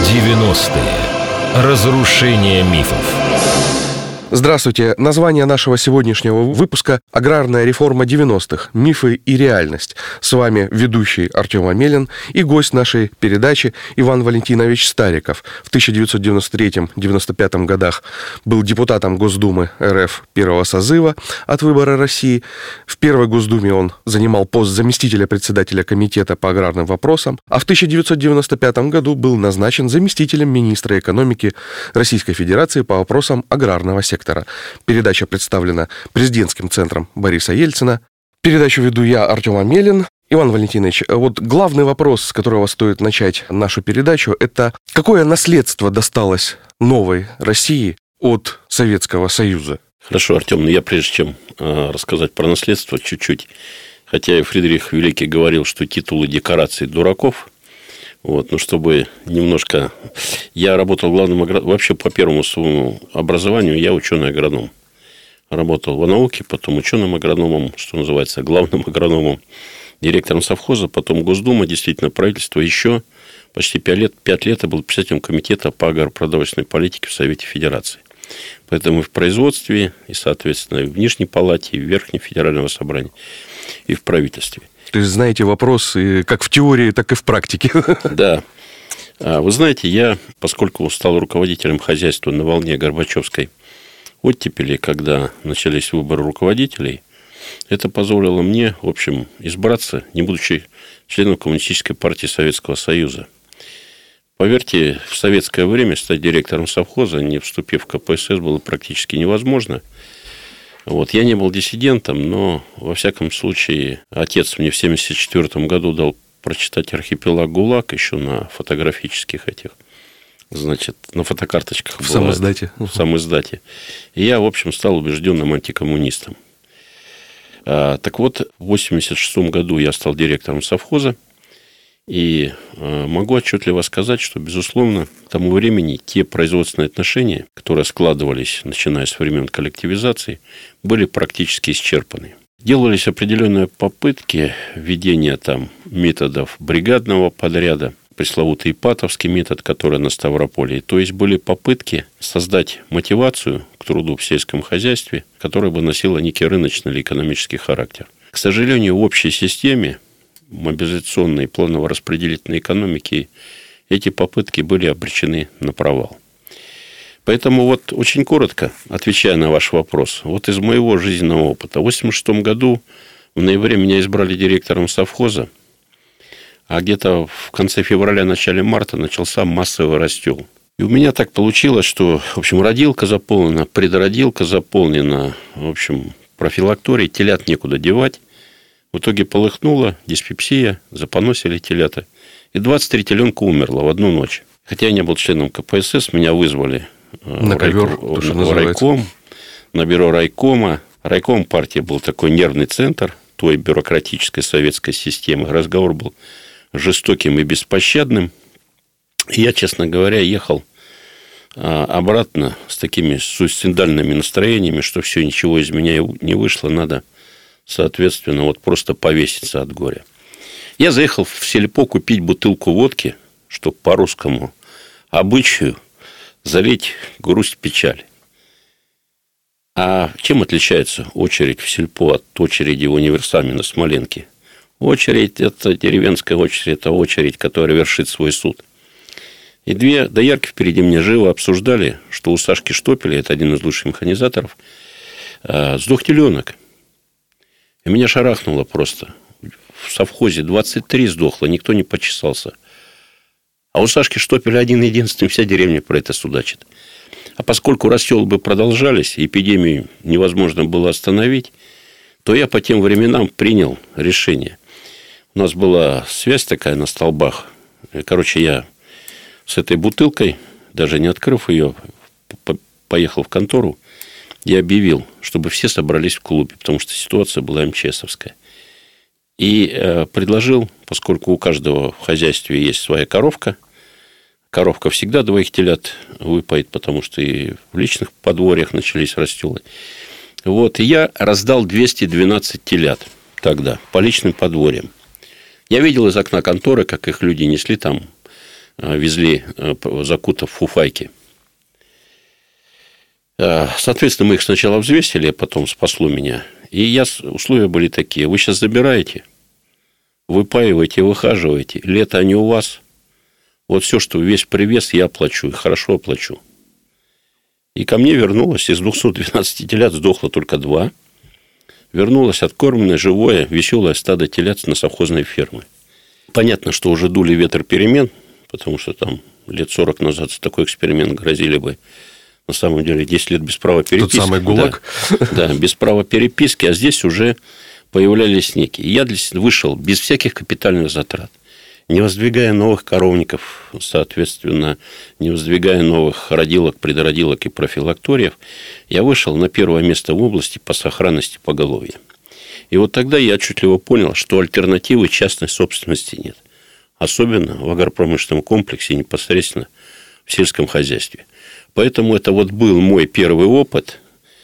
90-е. Разрушение мифов. Здравствуйте. Название нашего сегодняшнего выпуска «Аграрная реформа 90-х. Мифы и реальность». С вами ведущий Артем Амелин и гость нашей передачи Иван Валентинович Стариков. В 1993-95 годах был депутатом Госдумы РФ первого созыва от «Выбора России». В первой Госдуме он занимал пост заместителя председателя комитета по аграрным вопросам, а в 1995 году был назначен заместителем министра экономики Российской Федерации по вопросам аграрного сектора. Передача представлена президентским центром Бориса Ельцина. Передачу веду я, Артем Амелин. Иван Валентинович, вот главный вопрос, с которого стоит начать нашу передачу, это какое наследство досталось новой России от Советского Союза? Хорошо, Артем, но я прежде чем рассказать про наследство чуть-чуть, хотя и Фридрих Великий говорил, что титулы декорации дураков, но чтобы немножко... Я работал главным агрономом... Вообще, по первому своему образованию я ученый-агроном. Работал в науке, потом ученым-агрономом, что называется, главным агрономом, директором совхоза, потом Госдума, действительно, правительство. Еще почти 5 лет я был председателем комитета по агропродовольственной политике в Совете Федерации. Поэтому и в производстве, и, соответственно, и в Нижней Палате, и в Верхнем Федеральном собрании, и в правительстве. То есть, знаете вопросы как в теории, так и в практике. Да. Вы знаете, я, поскольку стал руководителем хозяйства на волне Горбачевской оттепели, когда начались выборы руководителей, это позволило мне, в общем, избраться, не будучи членом Коммунистической партии Советского Союза. Поверьте, в советское время стать директором совхоза, не вступив в КПСС, было практически невозможно. Я не был диссидентом, но, во всяком случае, отец мне в 1974 году дал прочитать «Архипелаг ГУЛАГ» еще на фотографических на фотокарточках. В самоиздате. В самоиздате. И я, в общем, стал убежденным антикоммунистом. Так вот, в 1986 году я стал директором совхоза. И могу отчетливо сказать, что, безусловно, к тому времени те производственные отношения, которые складывались, начиная с времен коллективизации, были практически исчерпаны. Делались определенные попытки введения методов бригадного подряда, пресловутый ипатовский метод, который на Ставрополе. То есть, были попытки создать мотивацию к труду в сельском хозяйстве, которая бы носила некий рыночный или экономический характер. К сожалению, в общей системе мобилизационной и планово-распределительной экономики эти попытки были обречены на провал. Поэтому очень коротко, отвечая на ваш вопрос, из моего жизненного опыта. В 1986 году в ноябре меня избрали директором совхоза, а где-то в конце февраля, начале марта начался массовый рассел. И у меня так получилось, что, в общем, родилка заполнена, предродилка заполнена, в общем, профилакторий, телят некуда девать. В итоге полыхнула диспепсия, запоносили телята. И 23 теленка умерло в одну ночь. Хотя я не был членом КПСС, меня вызвали на ковер, в райком, на бюро райкома. Райком партии был такой нервный центр той бюрократической советской системы. Разговор был жестоким и беспощадным. И я, честно говоря, ехал обратно с такими суицидальными настроениями, что все, ничего из меня не вышло, надо... Соответственно, просто повеситься от горя. Я заехал в сельпо купить бутылку водки, чтобы по русскому обычаю залить грусть, печаль. А чем отличается очередь в сельпо от очереди в универсаме на Смоленке? Очередь – это деревенская очередь, это очередь, которая вершит свой суд. И две доярки впереди меня живо обсуждали, что у Сашки Штопеля, это один из лучших механизаторов, сдох теленок. И меня шарахнуло просто. В совхозе 23 сдохло, никто не почесался. А у Сашки Штопеля один-единственный, вся деревня про это судачит. А поскольку рассёлы бы продолжались, эпидемию невозможно было остановить, то я по тем временам принял решение. У нас была связь такая на столбах. Я с этой бутылкой, даже не открыв ее, поехал в контору. Я объявил, чтобы все собрались в клубе, потому что ситуация была МЧСовская. И предложил, поскольку у каждого в хозяйстве есть своя коровка, коровка всегда 2 телят выпоет, потому что и в личных подворьях начались растёлы. И я раздал 212 телят тогда по личным подворьям. Я видел из окна конторы, как их люди несли везли, закутав в фуфайки. Соответственно, мы их сначала взвесили, а потом спасло меня. И условия были такие. Вы сейчас забираете, выпаиваете, выхаживаете. Лето они у вас. Вот все, что весь привес, я оплачу. И хорошо оплачу. И ко мне вернулось из 212 телят сдохло только 2. Вернулось откормленное, живое, веселое стадо телят на совхозной ферме. Понятно, что уже дули ветер перемен, потому что там лет 40 назад за такой эксперимент грозили бы на самом деле 10 лет без права переписки. Тот самый ГУЛАГ. Да, без права переписки, а здесь уже появлялись некие. Я вышел без всяких капитальных затрат, не воздвигая новых коровников, соответственно, не воздвигая новых родилок, предродилок и профилакториев, я вышел на первое место в области по сохранности поголовья. И вот тогда я отчетливо понял, что альтернативы частной собственности нет. Особенно в агропромышленном комплексе, непосредственно в сельском хозяйстве. Поэтому это вот был мой первый опыт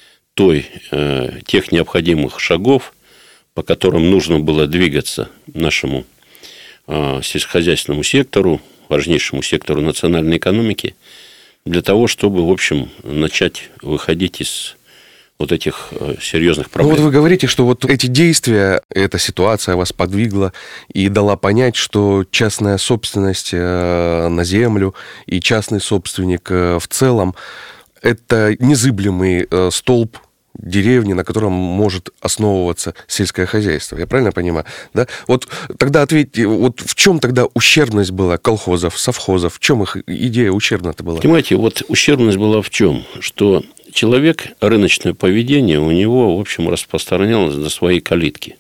тех необходимых шагов, по которым нужно было двигаться нашему сельскохозяйственному сектору, важнейшему сектору национальной экономики, для того, чтобы, в общем, начать выходить из вот этих серьезных проблем. Ну, вот вы говорите, что вот эти действия, эта ситуация вас подвигла и дала понять, что частная собственность на землю и частный собственник в целом – это незыблемый столб деревни, на котором может основываться сельское хозяйство. Я правильно понимаю? Да? Вот тогда ответьте, вот в чем тогда ущербность была колхозов, совхозов? В чем их идея ущербна-то была? Понимаете, вот ущербность была в чем? Что человек, рыночное поведение у него, в общем, распространялось до своей калитки.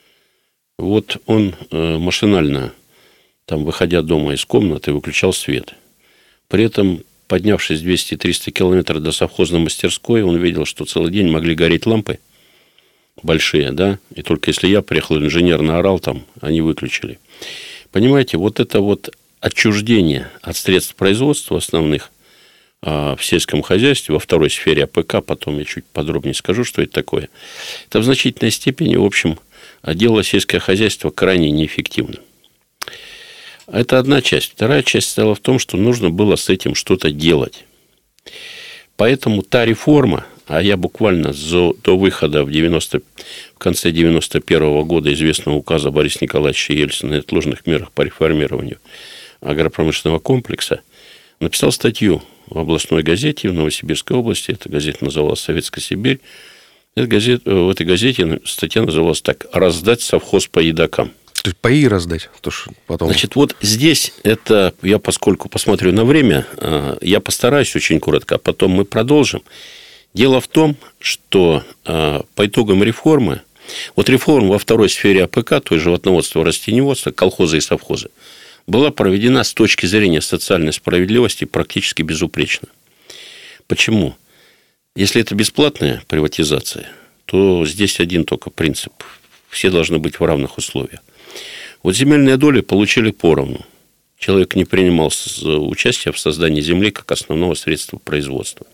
Вот он машинально, там, выходя дома из комнаты, выключал свет. При этом, поднявшись 200-300 километров до совхозной мастерской, он видел, что целый день могли гореть лампы большие, да, и только если я приехал, инженер наорал там, они выключили. Понимаете, вот это вот отчуждение от средств производства основных в сельском хозяйстве, во второй сфере АПК, потом я чуть подробнее скажу, что это такое, это в значительной степени, в общем, делало сельское хозяйство крайне неэффективным. Это одна часть. Вторая часть стояла в том, что нужно было с этим что-то делать. Поэтому та реформа, а я буквально до выхода в конце 91 года известного указа Бориса Николаевича Ельцина о неотложных мерах по реформированию агропромышленного комплекса, написал статью в областной газете в Новосибирской области. Эта газета называлась «Советская Сибирь». В этой газете статья называлась так: «Раздать совхоз по едокам». То есть паи раздать? Потом... Значит, вот здесь это, я поскольку посмотрю на время, я постараюсь очень коротко, а потом мы продолжим. Дело в том, что по итогам реформы, вот реформа во второй сфере АПК, то есть животноводства, растениеводства, колхоза и совхоза, была проведена с точки зрения социальной справедливости практически безупречно. Почему? Если это бесплатная приватизация, то здесь один только принцип. Все должны быть в равных условиях. Вот земельные доли получили поровну. Человек не принимал участие в создании земли как основного средства производства.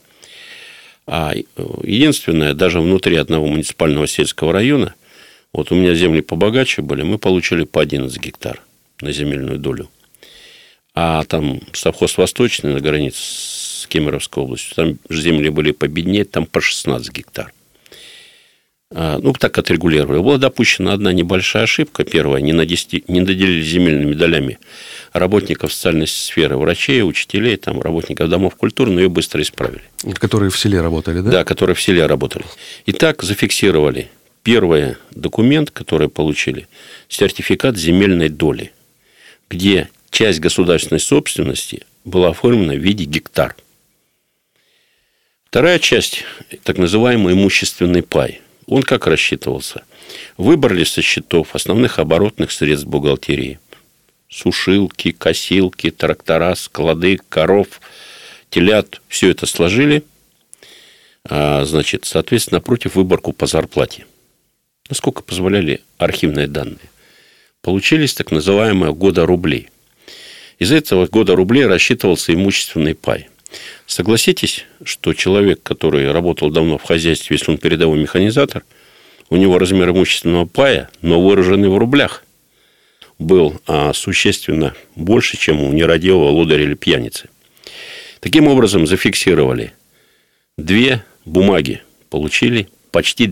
А единственное, даже внутри одного муниципального сельского района, вот у меня земли побогаче были, мы получили по 11 гектар на земельную долю. А там совхоз Восточный на границе с Кемеровской областью, там земли были победнее, там по 16 гектар. Ну, так отрегулировали. Была допущена одна небольшая ошибка. Первая, не наделили земельными долями работников социальной сферы, врачей, учителей, там, работников домов культуры, но ее быстро исправили. Которые в селе работали, да? Да, которые в селе работали. И так зафиксировали первый документ, который получили, сертификат земельной доли, где часть государственной собственности была оформлена в виде гектар. Вторая часть, так называемый имущественный пай. Он как рассчитывался? Выбрали со счетов основных оборотных средств бухгалтерии. Сушилки, косилки, трактора, склады, коров, телят. Все это сложили. Значит, соответственно, напротив выборку по зарплате. Насколько позволяли архивные данные. Получились так называемые года рублей. Из этого года рублей рассчитывался имущественный пай. Согласитесь, что человек, который работал давно в хозяйстве, если он передовой механизатор, у него размер имущественного пая, но выраженный в рублях. был существенно больше, чем у нерадивого лодыря или пьяницы. Таким образом, зафиксировали 2 бумаги, получили почти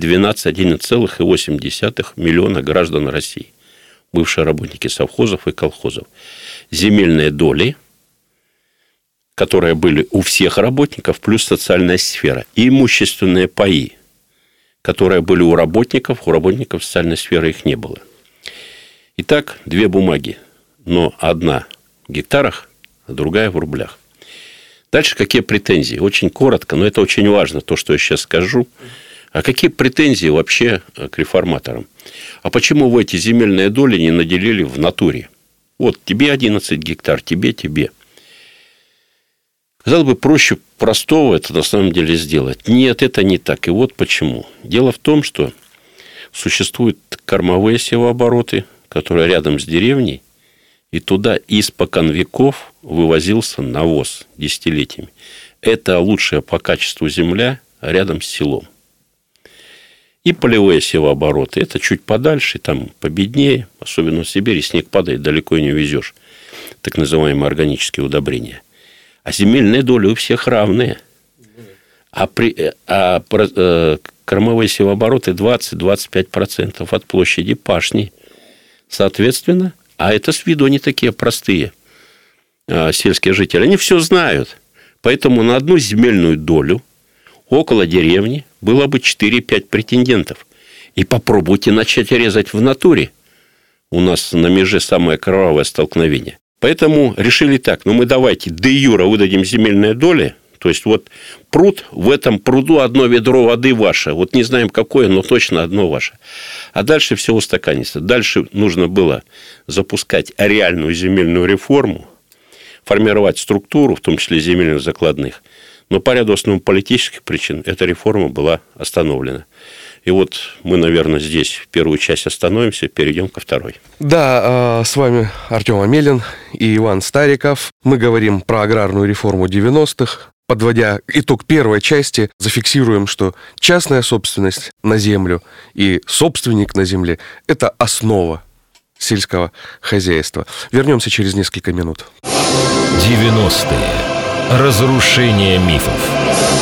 11,8 миллиона граждан России, бывшие работники совхозов и колхозов. Земельные доли, которые были у всех работников, плюс социальная сфера. И имущественные паи, которые были у работников социальной сферы их не было. Итак, 2 бумаги, но одна в гектарах, а другая в рублях. Дальше какие претензии? Очень коротко, но это очень важно, то, что я сейчас скажу. А какие претензии вообще к реформаторам? А почему вы эти земельные доли не наделили в натуре? Вот тебе 11 гектар, тебе. Казалось бы, проще простого это на самом деле сделать. Нет, это не так. И вот почему. Дело в том, что существуют кормовые севообороты, которые рядом с деревней, и туда испокон веков вывозился навоз десятилетиями. Это лучшая по качеству земля рядом с селом. И полевые севообороты. Это чуть подальше, там победнее. Особенно в Сибири снег падает, далеко и не увезешь. Так называемые органические удобрения. А земельные доли у всех равные. Кормовые севообороты 20-25% от площади пашни. Соответственно, а это с виду они такие простые сельские жители. Они все знают. Поэтому на одну земельную долю около деревни было бы 4-5 претендентов. И попробуйте начать резать в натуре. У нас на меже самое кровавое столкновение. Поэтому решили так. Мы давайте де юра выдадим земельные доли. То есть, вот пруд, в этом пруду одно ведро воды ваше. Вот не знаем, какое, но точно одно ваше. А дальше все устаканится. Дальше нужно было запускать реальную земельную реформу, формировать структуру, в том числе земельных закладных. Но по ряду основных политических причин эта реформа была остановлена. И вот мы, наверное, здесь в первую часть остановимся, перейдем ко второй. Да, с вами Артем Амелин и Иван Стариков. Мы говорим про аграрную реформу 90-х. Подводя итог первой части, зафиксируем, что частная собственность на землю и собственник на земле – это основа сельского хозяйства. Вернемся через несколько минут. 90-е. Разрушение мифов.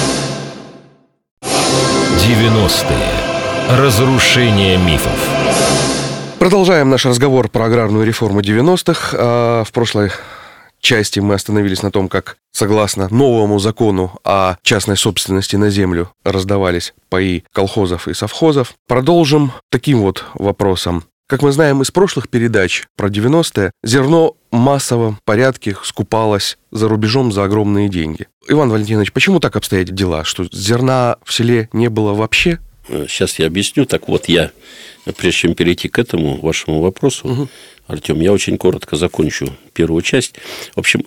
90-е. Разрушение мифов. Продолжаем наш разговор про аграрную реформу 90-х. В прошлой части мы остановились на том, как, согласно новому закону о частной собственности на землю, раздавались паи колхозов и совхозов. Продолжим таким вот вопросом. Как мы знаем из прошлых передач про 90-е, зерно в массовом порядке скупалось за рубежом за огромные деньги. Иван Валентинович, почему так обстоят дела, что зерна в селе не было вообще? Сейчас я объясню. Так вот, я, прежде чем перейти к этому вашему вопросу, Артем, я очень коротко закончу первую часть. В общем,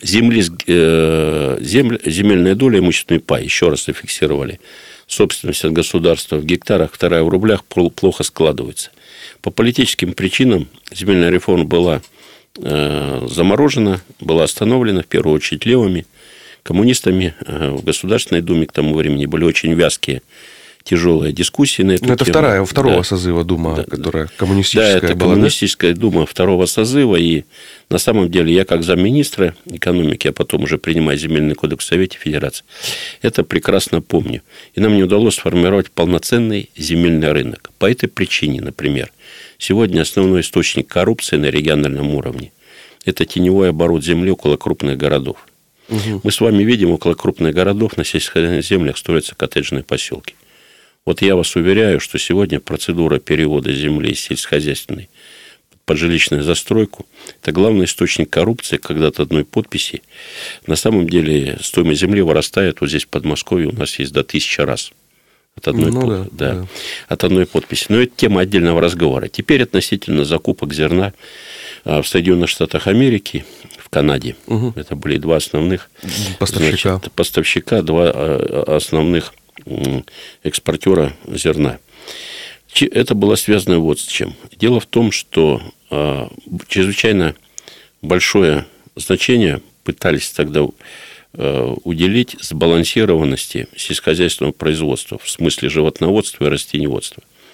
земельная доля, имущественный пай, еще раз зафиксировали. Собственность от государства в гектарах, вторая в рублях, плохо складывается. По политическим причинам земельная реформа была заморожена, была остановлена, в первую очередь, левыми, коммунистами. В Государственной Думе к тому времени были очень вязкие, тяжелые дискуссии на эту тему. Это второго созыва Дума, которая коммунистическая была. Да, это коммунистическая Дума второго созыва. И на самом деле я, как замминистра экономики, а потом уже принимая земельный кодекс в Совете Федерации, это прекрасно помню. И нам не удалось сформировать полноценный земельный рынок. По этой причине, например, сегодня основной источник коррупции на региональном уровне – это теневой оборот земли около крупных городов. Мы с вами видим, около крупных городов на сельскохозяйственных землях строятся коттеджные поселки. Вот я вас уверяю, что сегодня процедура перевода земли из сельскохозяйственной под жилищную застройку – это главный источник коррупции, когда от одной подписи на самом деле стоимость земли вырастает. Вот здесь в Подмосковье у нас есть до 1000 раз. От одной, от одной подписи. Но это тема отдельного разговора. Теперь относительно закупок зерна в Соединенных Штатах Америки, в Канаде. Это были два основных поставщика, два основных экспортера зерна. Это было связано вот с чем. Дело в том, что чрезвычайно большое значение пытались тогда уделить сбалансированности сельскохозяйственного производства в смысле животноводства и растениеводства.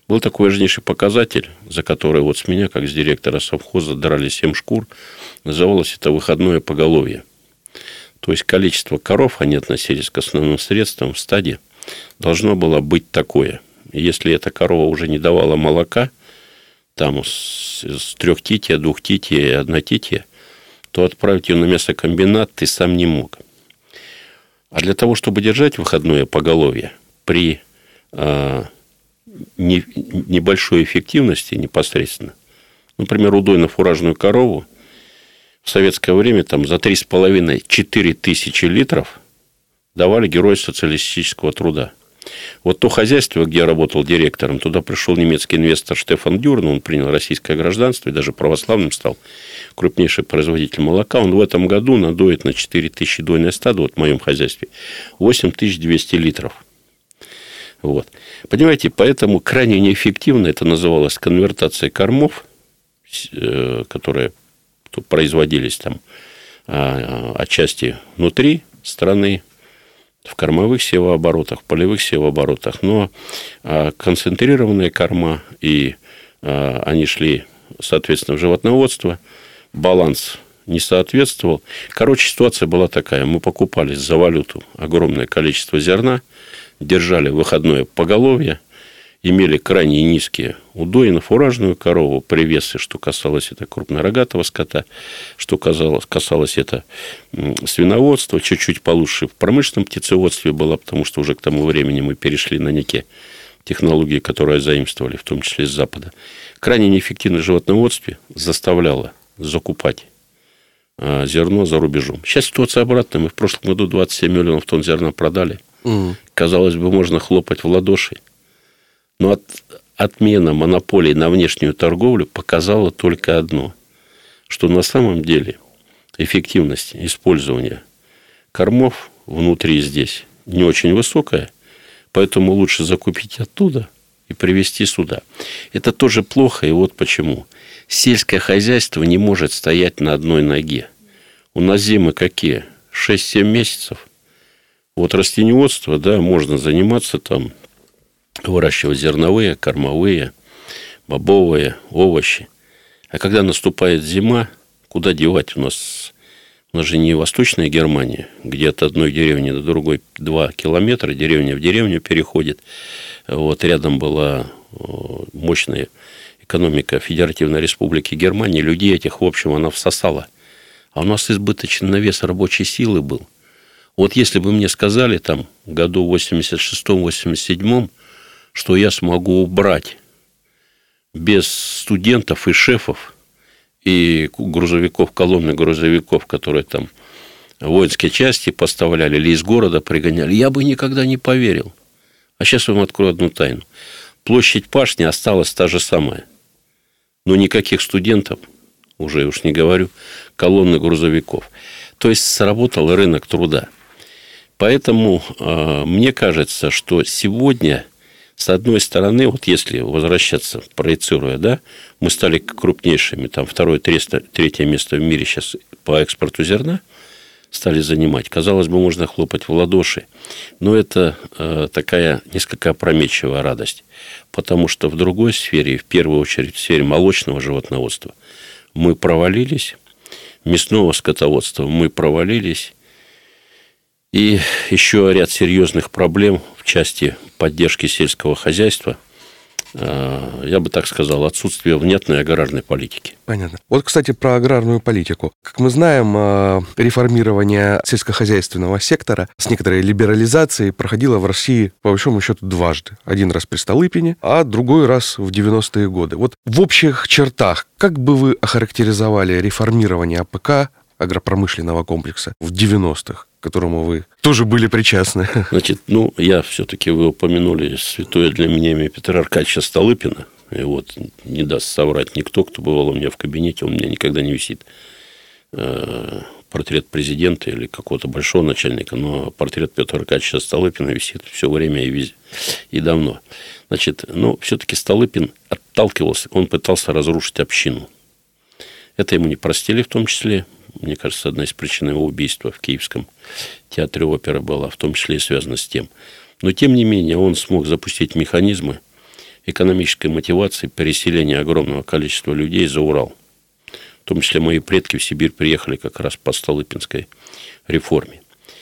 Был такой важнейший показатель, за который вот с меня, как с директора совхоза, драли 7 шкур. Называлось это выходное поголовье. То есть количество коров, они относились к основным средствам в стаде, должно было быть такое. И если эта корова уже не давала молока, там с 3 тития, 2 тития и 1 тития, то отправить ее на мясокомбинат ты сам не мог. А для того, чтобы держать выходное поголовье при небольшой эффективности непосредственно, например, удой на фуражную корову, в советское время там за 3,5-4 тысячи литров давали герои социалистического труда. Вот то хозяйство, где я работал директором, туда пришел немецкий инвестор Штефан Дюрн, он принял российское гражданство и даже православным стал, крупнейший производитель молока. Он в этом году надоит на 4 тысячи дойное стадо, вот в моем хозяйстве, 8200 литров. Вот. Понимаете, поэтому крайне неэффективно это называлось конвертация кормов, которые производились там отчасти внутри страны, в кормовых севооборотах, в полевых севооборотах, но концентрированные корма, и они шли, соответственно, в животноводство, баланс не соответствовал. Короче, ситуация была такая. Мы покупали за валюту огромное количество зерна, держали выходное поголовье, имели крайне низкие удои на фуражную корову, привесы, что касалось это крупнорогатого скота, что касалось это свиноводства, чуть-чуть получше в промышленном птицеводстве было, потому что уже к тому времени мы перешли на некие технологии, которые заимствовали, в том числе с Запада. Крайне неэффективное животноводство заставляло закупать зерно за рубежом. Сейчас ситуация обратная. Мы в прошлом году 27 миллионов тонн зерна продали. Казалось бы, можно хлопать в ладоши. Но отмена монополии на внешнюю торговлю показала только одно, что на самом деле эффективность использования кормов внутри здесь не очень высокая, поэтому лучше закупить оттуда и привезти сюда. Это тоже плохо, и вот почему. Сельское хозяйство не может стоять на одной ноге. У нас зимы какие? 6-7 месяцев. Вот растениеводство, да, можно заниматься там, выращивать зерновые, кормовые, бобовые, овощи. А когда наступает зима, куда девать? У нас же не Восточная Германия, где от одной деревни до другой 2 километра, деревня в деревню переходит. Вот рядом была мощная экономика Федеративной Республики Германии. Людей этих, в общем, она всосала. А у нас избыточный навес рабочей силы был. Вот если бы мне сказали там году в 86-87, что я смогу убрать без студентов и шефов и грузовиков, колонны грузовиков, которые там воинские части поставляли или из города пригоняли, я бы никогда не поверил. А сейчас я вам открою одну тайну. Площадь пашни осталась та же самая. Но никаких студентов, уже уж не говорю, колонны грузовиков. То есть сработал рынок труда. Поэтому мне кажется, что сегодня, с одной стороны, вот если возвращаться, проецируя, да, мы стали крупнейшими, там второе, третье место в мире сейчас по экспорту зерна стали занимать. Казалось бы, можно хлопать в ладоши, но это такая несколько опрометчивая радость, потому что в другой сфере, в первую очередь в сфере молочного животноводства, мы провалились, мясного скотоводства мы провалились, и еще ряд серьезных проблем в части поддержки сельского хозяйства, я бы так сказал, отсутствие внятной аграрной политики. Понятно. Вот, кстати, про аграрную политику. Как мы знаем, реформирование сельскохозяйственного сектора с некоторой либерализацией проходило в России, по большому счету, дважды. Один раз при Столыпине, а другой раз в 90-е годы. Вот в общих чертах, как бы вы охарактеризовали реформирование АПК, агропромышленного комплекса, в 90-х, к которому вы тоже были причастны? Значит, я все-таки, вы упомянули святое для меня имя Петра Аркадьевича Столыпина. И вот не даст соврать никто, кто бывал у меня в кабинете, у меня никогда не висит портрет президента или какого-то большого начальника, но портрет Петра Аркадьевича Столыпина висит все время и давно. Значит, все-таки Столыпин отталкивался, он пытался разрушить общину. Это ему не простили в том числе. Мне кажется, одна из причин его убийства в Киевском театре оперы была, в том числе и связана с тем. Но, тем не менее, он смог запустить механизмы экономической мотивации переселения огромного количества людей за Урал. В том числе мои предки в Сибирь приехали как раз по Столыпинской реформе.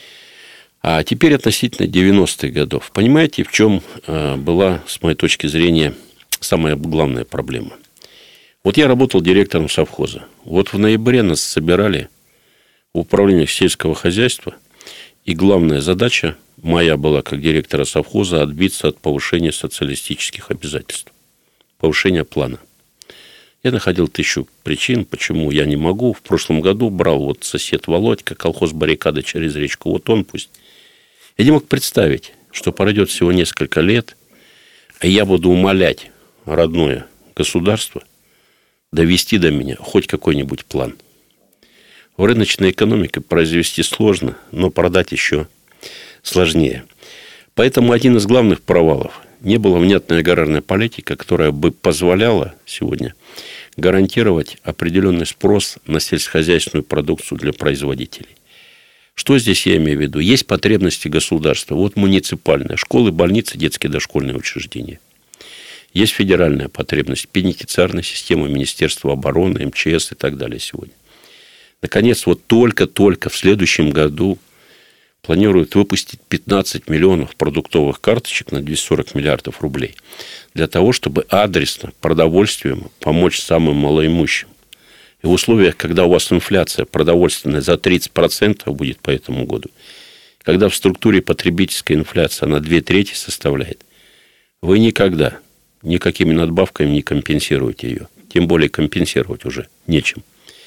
А теперь относительно 90-х годов. Понимаете, в чем была, с моей точки зрения, самая главная проблема? Вот я работал директором совхоза. Вот в ноябре нас собирали в управлениях сельского хозяйства, и главная задача моя была, как директора совхоза, отбиться от повышения социалистических обязательств, повышения плана. Я находил 1000 причин, почему я не могу. В прошлом году брал вот сосед Володька, колхоз «Баррикада» через речку. Вот он пусть. Я не мог представить, что пройдет всего несколько лет, а я буду умолять родное государство довести до меня хоть какой-нибудь план. В рыночной экономике произвести сложно, но продать еще сложнее. Поэтому один из главных провалов – не было внятной аграрной политики, которая бы позволяла сегодня гарантировать определенный спрос на сельскохозяйственную продукцию для производителей. Что здесь я имею в виду? Есть потребности государства. Вот муниципальные школы, больницы, детские дошкольные учреждения. Есть федеральная потребность, пенитенциарная система Министерства обороны, МЧС и так далее сегодня. Наконец, вот только-только в следующем году планируют выпустить 15 миллионов продуктовых карточек на 240 миллиардов рублей для того, чтобы адресно продовольствием помочь самым малоимущим. И в условиях, когда у вас инфляция продовольственная за 30% будет по этому году, когда в структуре потребительской инфляция она 2/3 составляет, вы никогда никакими надбавками не компенсируете ее. Тем более компенсировать уже нечем.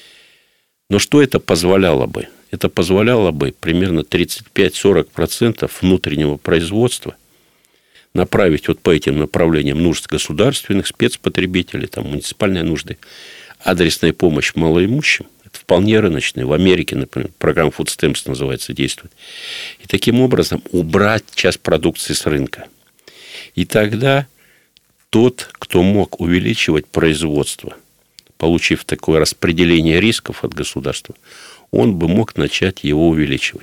Но что это позволяло бы? Это позволяло бы примерно 35-40% внутреннего производства направить вот по этим направлениям нужд государственных, спецпотребителей, там, муниципальные нужды, адресная помощь малоимущим. Это вполне рыночная. В Америке, например, программа Food Stamps называется, действует. И таким образом убрать часть продукции с рынка. И тогда тот, кто мог увеличивать производство, получив такое распределение рисков от государства, он бы мог начать его увеличивать.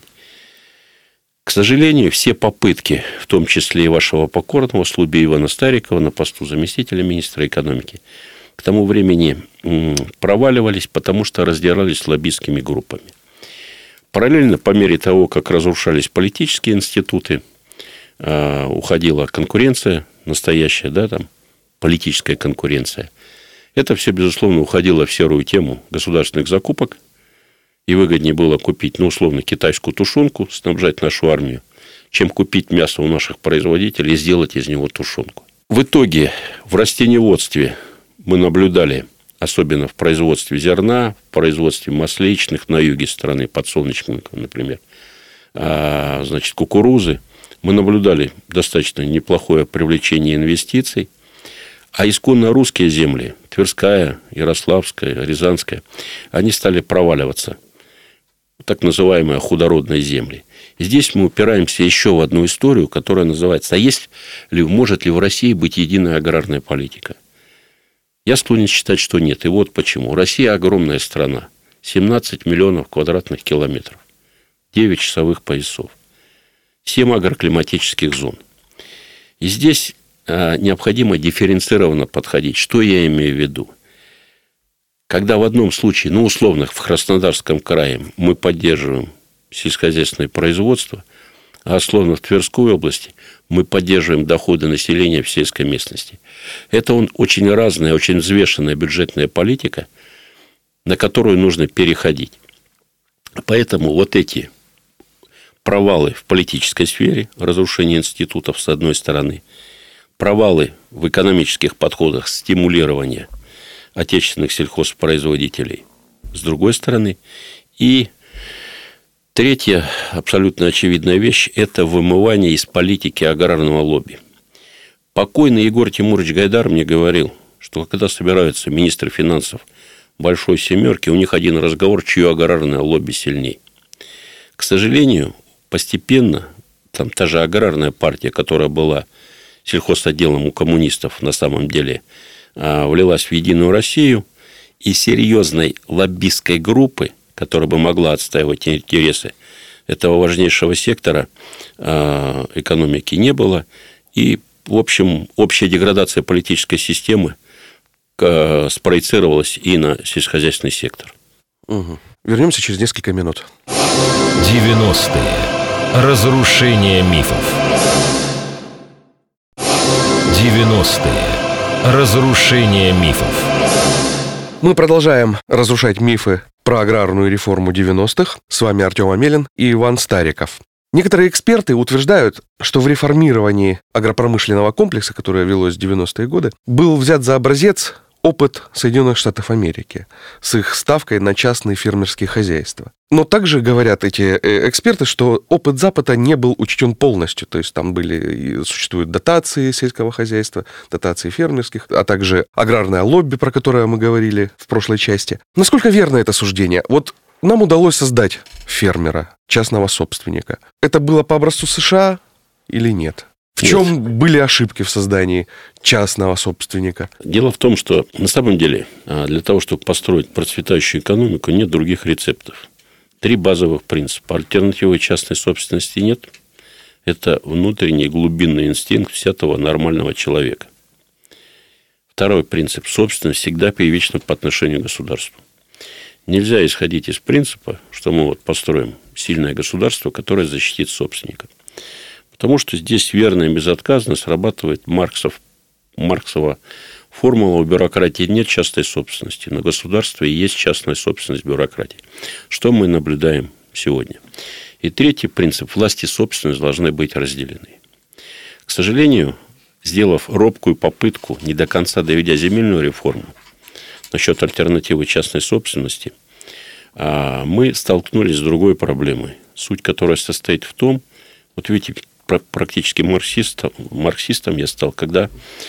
К сожалению, все попытки, в том числе и вашего покорного слуги Ивана Старикова на посту заместителя министра экономики, к тому времени проваливались, потому что раздирались лоббистскими группами. Параллельно, по мере того, как разрушались политические институты, уходила конкуренция настоящая, да, там, политическая конкуренция. Это все, безусловно, уходило в серую тему государственных закупок. И выгоднее было купить, условно, китайскую тушенку, снабжать нашу армию, чем купить мясо у наших производителей и сделать из него тушенку. В итоге в растениеводстве мы наблюдали, особенно в производстве зерна, в производстве масличных на юге страны, подсолнечника, например, кукурузы, мы наблюдали достаточно неплохое привлечение инвестиций. А исконно русские земли, Тверская, Ярославская, Рязанская, они стали проваливаться. Так называемые худородные земли. И здесь мы упираемся еще в одну историю, которая называется: может ли в России быть единая аграрная политика? Я склонен считать, что нет. И вот почему. Россия огромная страна. 17 миллионов квадратных километров. 9 часовых поясов. 7 агроклиматических зон. И здесь необходимо дифференцированно подходить. Что я имею в виду? Когда в одном случае, условно, в Краснодарском крае мы поддерживаем сельскохозяйственное производство, а условно в Тверской области мы поддерживаем доходы населения в сельской местности. Это очень разная, очень взвешенная бюджетная политика, на которую нужно переходить. Поэтому вот эти провалы в политической сфере, разрушение институтов с одной стороны, провалы в экономических подходах стимулирования отечественных сельхозпроизводителей с другой стороны. И третья абсолютно очевидная вещь – это вымывание из политики аграрного лобби. Покойный Егор Тимурович Гайдар мне говорил, что когда собираются министры финансов Большой Семерки, у них один разговор, чье аграрное лобби сильней. К сожалению, постепенно та же аграрная партия, которая была сельхозотделом у коммунистов, на самом деле влилась в Единую Россию, и серьезной лоббистской группы, которая бы могла отстаивать интересы этого важнейшего сектора экономики, не было. И в общем, общая деградация политической системы спроецировалась и на сельскохозяйственный сектор. Угу. Вернемся через несколько минут. 90-е. Разрушение мифов. 90-е. Разрушение мифов. Мы продолжаем разрушать мифы про аграрную реформу 90-х. С вами Артем Амелин и Иван Стариков. Некоторые эксперты утверждают, что в реформировании агропромышленного комплекса, которое велось в 90-е годы, был взят за образец опыт Соединенных Штатов Америки с их ставкой на частные фермерские хозяйства. Но также говорят эти эксперты, что опыт Запада не был учтен полностью. То есть там существуют дотации сельского хозяйства, дотации фермерских, а также аграрное лобби, про которое мы говорили в прошлой части. Насколько верно это суждение? Вот нам удалось создать фермера, частного собственника. Это было по образцу США или нет? В чем были ошибки в создании частного собственника? Дело в том, что на самом деле для того, чтобы построить процветающую экономику, нет других рецептов. 3 базовых принципа. Альтернативы частной собственности нет. Это внутренний глубинный инстинкт всякого нормального человека. Второй принцип. Собственность всегда первична по отношению к государству. Нельзя исходить из принципа, что мы построим сильное государство, которое защитит собственника. Потому что здесь верно и безотказно срабатывает Марксова формула: у бюрократии нет частной собственности, но государство и есть частная собственность бюрократии. Что мы наблюдаем сегодня? И третий принцип: власть и собственность должны быть разделены. К сожалению, сделав робкую попытку, не до конца доведя земельную реформу насчет альтернативы частной собственности, мы столкнулись с другой проблемой, суть которой состоит в том, вот видите, практически марксистом я стал, когда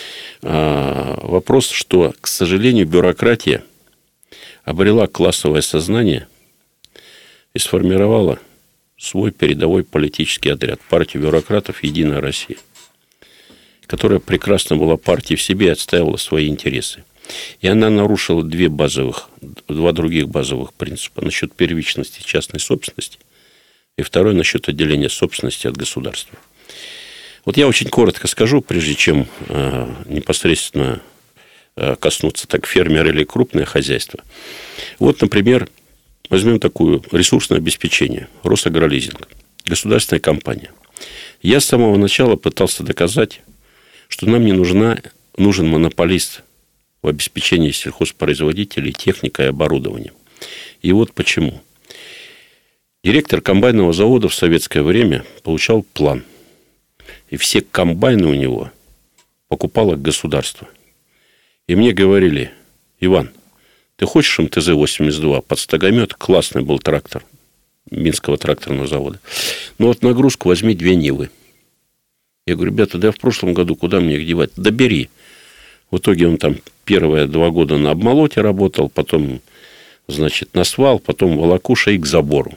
вопрос, что, к сожалению, бюрократия обрела классовое сознание и сформировала свой передовой политический отряд, партию бюрократов «Единая Россия», которая прекрасно была партией в себе и отстаивала свои интересы. И она нарушила два других базовых принципа: насчет первичности частной собственности и второй насчет отделения собственности от государства. Вот я очень коротко скажу, прежде чем непосредственно коснуться так фермера или крупное хозяйство. Вот, например, возьмем такое ресурсное обеспечение. Росагролизинг. Государственная компания. Я с самого начала пытался доказать, что нам не нужен монополист в обеспечении сельхозпроизводителей техникой и оборудованием. И вот почему. Директор комбайнового завода в советское время получал план. И все комбайны у него покупало государство. И мне говорили: Иван, ты хочешь МТЗ-82? Подстогомет, классный был трактор Минского тракторного завода. Но вот нагрузку возьми 2 Нивы. Я говорю: ребята, да я в прошлом году, куда мне их девать? Да бери. В итоге он там первые 2 года на обмолоте работал, потом, значит, на свал, потом волокуша и к забору.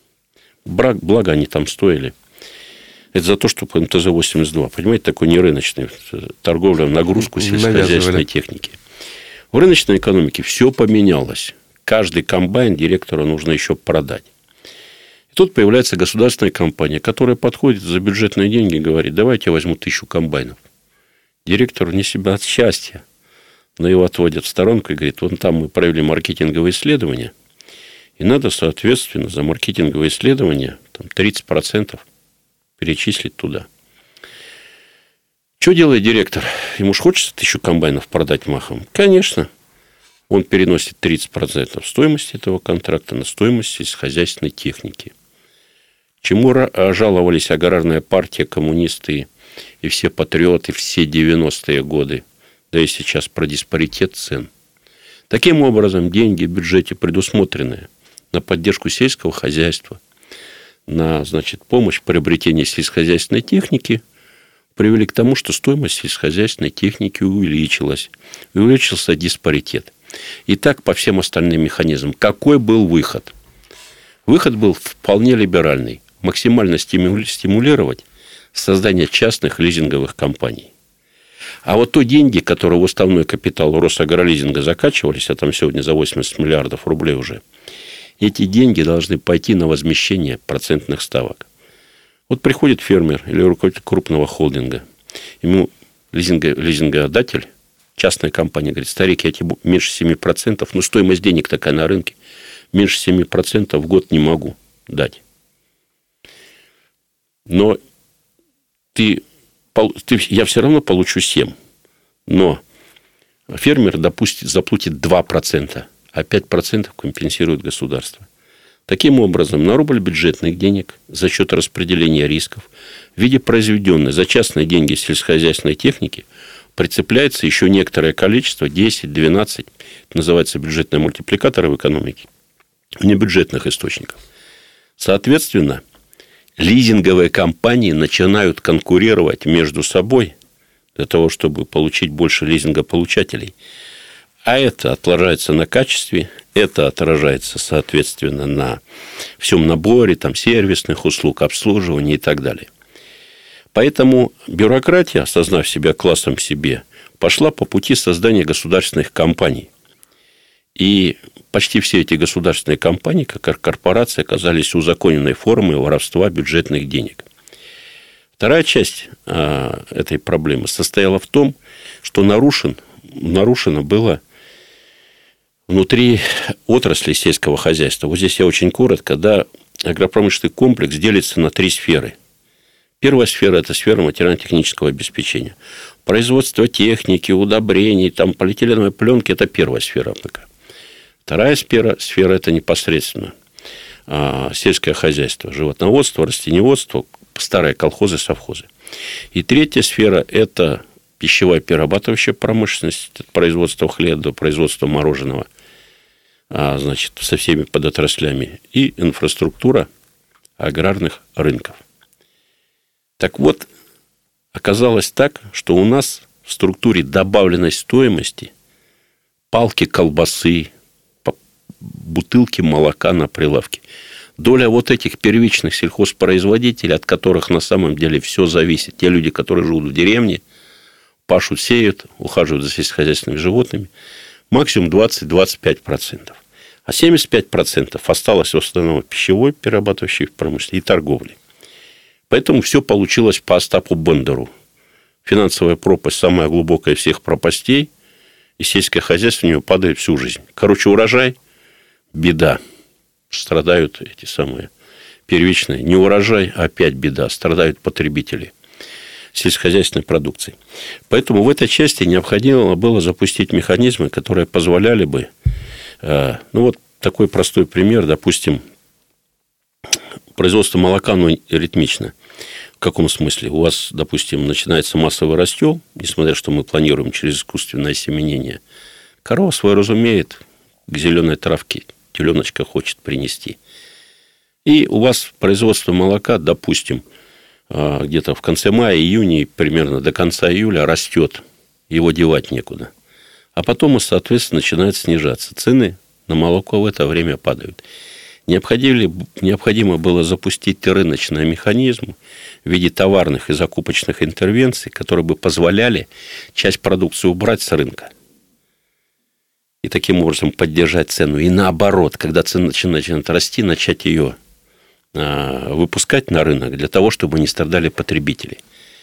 Благо они там стоили. Это за то, чтобы МТЗ-82. Понимаете, такой нерыночный торговля в нагрузку сельскохозяйственной техники. В рыночной экономике все поменялось. Каждый комбайн директору нужно еще продать. И тут появляется государственная компания, которая подходит за бюджетные деньги и говорит: давайте я возьму 1000 комбайнов. Директор вне себя от счастья, но его отводят в сторонку и говорит: вон там мы провели маркетинговые исследования, и надо, соответственно, за маркетинговые исследования 30% перечислить туда. Что делает директор? Ему же хочется 1000 комбайнов продать махом. Конечно, он переносит 30% стоимости этого контракта на стоимость сельскохозяйственной техники. Чему жаловались аграрная партия, коммунисты и все патриоты все 90-е годы, да и сейчас, про диспаритет цен. Таким образом, деньги в бюджете, предусмотренные на поддержку сельского хозяйства, на, значит, помощь в приобретении сельскохозяйственной техники, привели к тому, что стоимость сельскохозяйственной техники увеличилась. Увеличился диспаритет. И так по всем остальным механизмам. Какой был выход? Выход был вполне либеральный. Максимально стимулировать создание частных лизинговых компаний. А вот то деньги, которые в уставной капитал Росагролизинга закачивались, а там сегодня за 80 миллиардов рублей уже, эти деньги должны пойти на возмещение процентных ставок. Вот приходит фермер или руководитель крупного холдинга. Ему лизингодатель, частная компания, говорит: старик, я тебе меньше 7%, но стоимость денег такая на рынке, меньше 7% в год не могу дать. Но я все равно получу 7%. Но фермер, допустим, заплатит 2%, а 5% компенсирует государство. Таким образом, на рубль бюджетных денег за счет распределения рисков в виде произведенной за частные деньги сельскохозяйственной техники прицепляется еще некоторое количество, 10, 12, это называется бюджетные мультипликаторы в экономике, небюджетных источников. Соответственно, лизинговые компании начинают конкурировать между собой для того, чтобы получить больше лизингополучателей. А это отражается на качестве, это отражается, соответственно, на всем наборе там, сервисных услуг, обслуживания и так далее. Поэтому бюрократия, осознав себя классом себе, пошла по пути создания государственных компаний. И почти все эти государственные компании, как корпорации, оказались узаконенной формой воровства бюджетных денег. Вторая часть этой проблемы состояла в том, что нарушено было внутри отрасли сельского хозяйства. Вот здесь я очень коротко, да, агропромышленный комплекс делится на 3 сферы. Первая сфера – это сфера материально-технического обеспечения. Производство техники, удобрений, там, полиэтиленовой пленки – это первая сфера АПК. Вторая сфера – это непосредственно сельское хозяйство, животноводство, растениеводство, старые колхозы, совхозы. И третья сфера – это пищевая перерабатывающая промышленность, производство хлеба, производство мороженого, значит, со всеми подотраслями, и инфраструктура аграрных рынков. Так вот, оказалось так, что у нас в структуре добавленной стоимости палки колбасы, бутылки молока на прилавке. Доля вот этих первичных сельхозпроизводителей, от которых на самом деле все зависит. Те люди, которые живут в деревне, пашут, сеют, ухаживают за сельскохозяйственными животными, максимум 20-25%. А 75% осталось в основном пищевой перерабатывающей промышленности и торговли. Поэтому все получилось по Остапу Бендеру. Финансовая пропасть самая глубокая из всех пропастей, и сельское хозяйство в нее падает всю жизнь. Короче, урожай – беда. Страдают эти самые первичные. Не урожай, а опять беда. Страдают потребители сельскохозяйственной продукции. Поэтому в этой части необходимо было запустить механизмы, которые позволяли бы... Ну, вот такой простой пример. Допустим, производство молока, ну, ритмично. В каком смысле? У вас, допустим, начинается массовый растел, несмотря что мы планируем через искусственное осеменение. Корова свое разумеет, к зеленой травке теленочка хочет принести. И у вас производство молока, допустим, где-то в конце мая, июня, примерно до конца июля растет. Его девать некуда. А потом, соответственно, начинает снижаться. Цены на молоко в это время падают. Необходимо было запустить рыночный механизм в виде товарных и закупочных интервенций, которые бы позволяли часть продукции убрать с рынка. И таким образом поддержать цену. И наоборот, когда цена начинает расти, начать ее выпускать на рынок для того, чтобы не страдали потребители.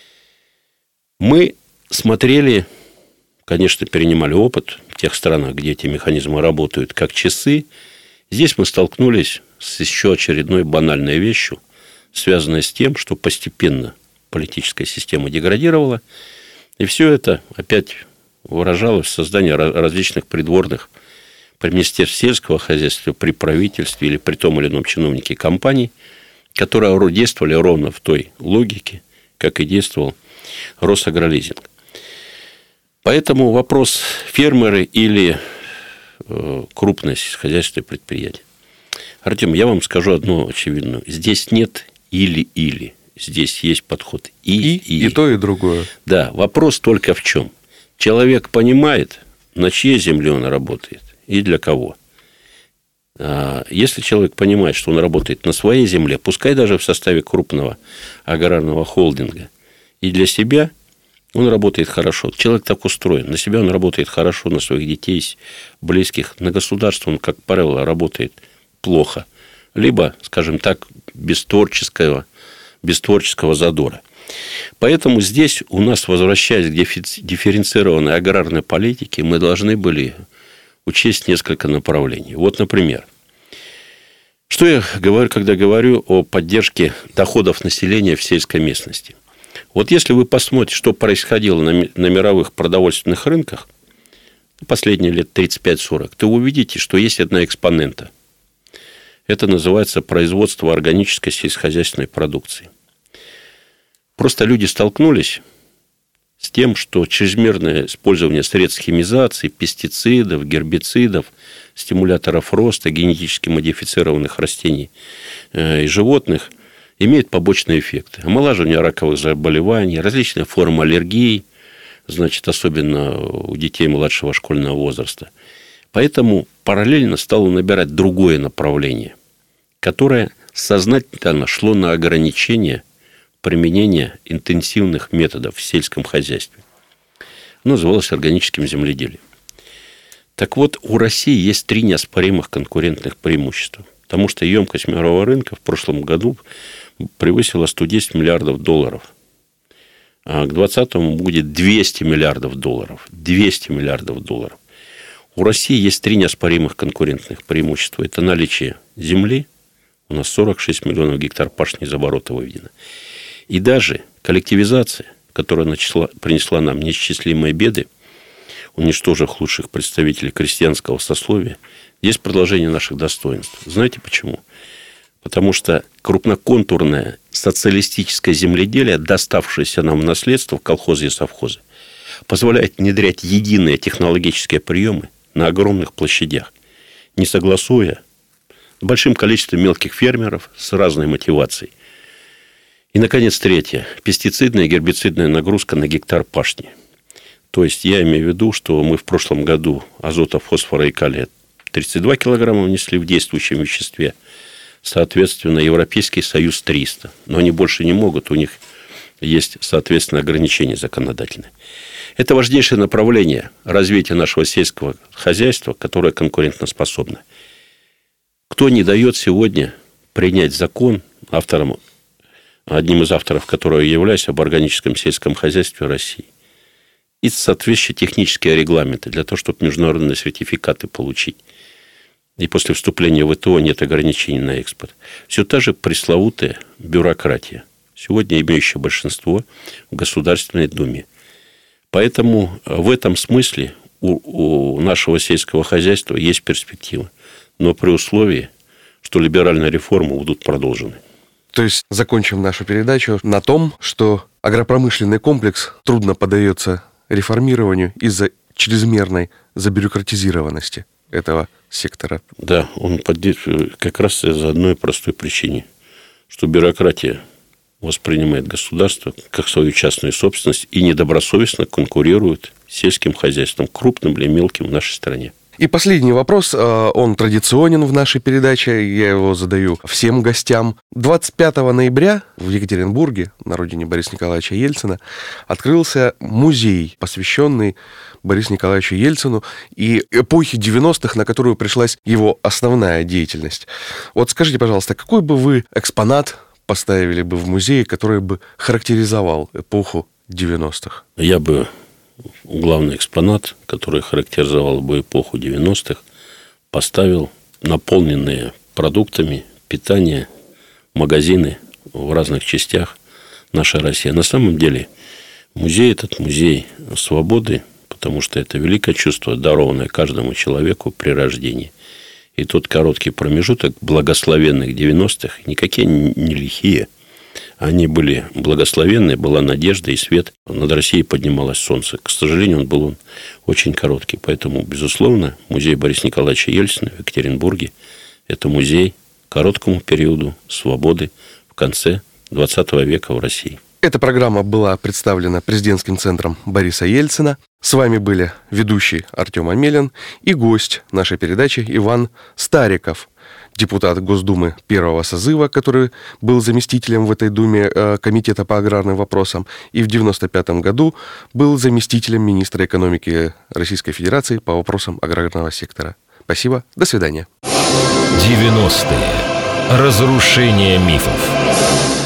Мы смотрели, конечно, перенимали опыт в тех странах, где эти механизмы работают как часы. Здесь мы столкнулись с еще очередной банальной вещью, связанной с тем, что постепенно политическая система деградировала, и все это опять выражалось в создании различных придворных при Министерстве сельского хозяйства, при правительстве или при том или ином чиновнике компаний, которые действовали ровно в той логике, как и действовал Росагролизинг. Поэтому вопрос фермеры или крупное сельскохозяйственное предприятие. Артем, я вам скажу одно очевидное. Здесь нет или-или. Здесь есть подход и то, и другое. Да, вопрос только в чем. Человек понимает, на чьей земле он работает и для кого. Если человек понимает, что он работает на своей земле, пускай даже в составе крупного аграрного холдинга, и для себя он работает хорошо. Человек так устроен. На себя он работает хорошо, на своих детей, близких. На государство он, как правило, работает плохо. Либо, скажем так, без творческого задора. Поэтому здесь у нас, возвращаясь к дифференцированной аграрной политике, мы должны были учесть несколько направлений. Вот, например, что я говорю, когда говорю о поддержке доходов населения в сельской местности. Вот если вы посмотрите, что происходило на мировых продовольственных рынках последние лет 35-40, то вы увидите, что есть одна экспонента. Это называется производство органической сельскохозяйственной продукции. Просто люди столкнулись с тем, что чрезмерное использование средств химизации, пестицидов, гербицидов, стимуляторов роста, генетически модифицированных растений и животных имеет побочные эффекты. Омолаживание раковых заболеваний, различные формы аллергии, значит, особенно у детей младшего школьного возраста. Поэтому параллельно стало набирать другое направление, которое сознательно шло на ограничение применения интенсивных методов в сельском хозяйстве. Оно называлось органическим земледелием. Так вот, у России есть 3 неоспоримых конкурентных преимущества. Потому что емкость мирового рынка в прошлом году превысила 110 миллиардов долларов. А к 2020 будет 200 миллиардов долларов. 200 миллиардов долларов. У России есть 3 неоспоримых конкурентных преимущества. Это наличие земли. У нас 46 миллионов гектар пашни из оборота выведено. И даже коллективизация, которая принесла нам неисчислимые беды, уничтожив лучших представителей крестьянского сословия, есть продолжение наших достоинств. Знаете почему? Потому что крупноконтурное социалистическое земледелие, доставшееся нам в наследство в колхозы и совхозы, позволяет внедрять единые технологические приемы на огромных площадях, не согласуя с большим количеством мелких фермеров с разной мотивацией. И, наконец, третье. Пестицидная и гербицидная нагрузка на гектар пашни. То есть, я имею в виду, что мы в прошлом году азота, фосфора и калия 32 килограмма внесли в действующем веществе. Соответственно, Европейский Союз 300. Но они больше не могут. У них есть, соответственно, ограничения законодательные. Это важнейшее направление развития нашего сельского хозяйства, которое конкурентоспособно. Кто не дает сегодня принять закон, одним из авторов которого я являюсь, об органическом сельском хозяйстве России, и соответствующие технические регламенты для того, чтобы международные сертификаты получить. И после вступления в ВТО нет ограничений на экспорт. Все та же пресловутая бюрократия, сегодня имеющая большинство в Государственной Думе. Поэтому в этом смысле у нашего сельского хозяйства есть перспектива. Но при условии, что либеральные реформы будут продолжены. То есть закончим нашу передачу на том, что агропромышленный комплекс трудно поддается реформированию из-за чрезмерной забюрократизированности этого сектора. Да, он как раз из-за одной простой причины, что бюрократия воспринимает государство как свою частную собственность и недобросовестно конкурирует с сельским хозяйством, крупным или мелким в нашей стране. И последний вопрос, он традиционен в нашей передаче, я его задаю всем гостям. 25 ноября в Екатеринбурге, на родине Бориса Николаевича Ельцина, открылся музей, посвященный Борису Николаевичу Ельцину и эпохе 90-х, на которую пришлась его основная деятельность. Вот скажите, пожалуйста, какой бы вы экспонат поставили бы в музее, который бы характеризовал эпоху 90-х? Я бы главный экспонат, который характеризовал бы эпоху 90-х, поставил наполненные продуктами питания магазины в разных частях нашей России. На самом деле музей этот музей свободы, потому что это великое чувство, дарованное каждому человеку при рождении. И тот короткий промежуток благословенных 90-х, никакие не лихие, они были благословенные, была надежда и свет. Над Россией поднималось солнце. К сожалению, он был очень короткий. Поэтому, безусловно, музей Бориса Николаевича Ельцина в Екатеринбурге – это музей короткому периоду свободы в конце 20 века в России. Эта программа была представлена президентским центром Бориса Ельцина. С вами были ведущий Артем Амелин и гость нашей передачи Иван Стариков, депутат Госдумы первого созыва, который был заместителем в этой Думе Комитета по аграрным вопросам, и в 1995 году был заместителем министра экономики Российской Федерации по вопросам аграрного сектора. Спасибо, до свидания. 90-е. Разрушение мифов.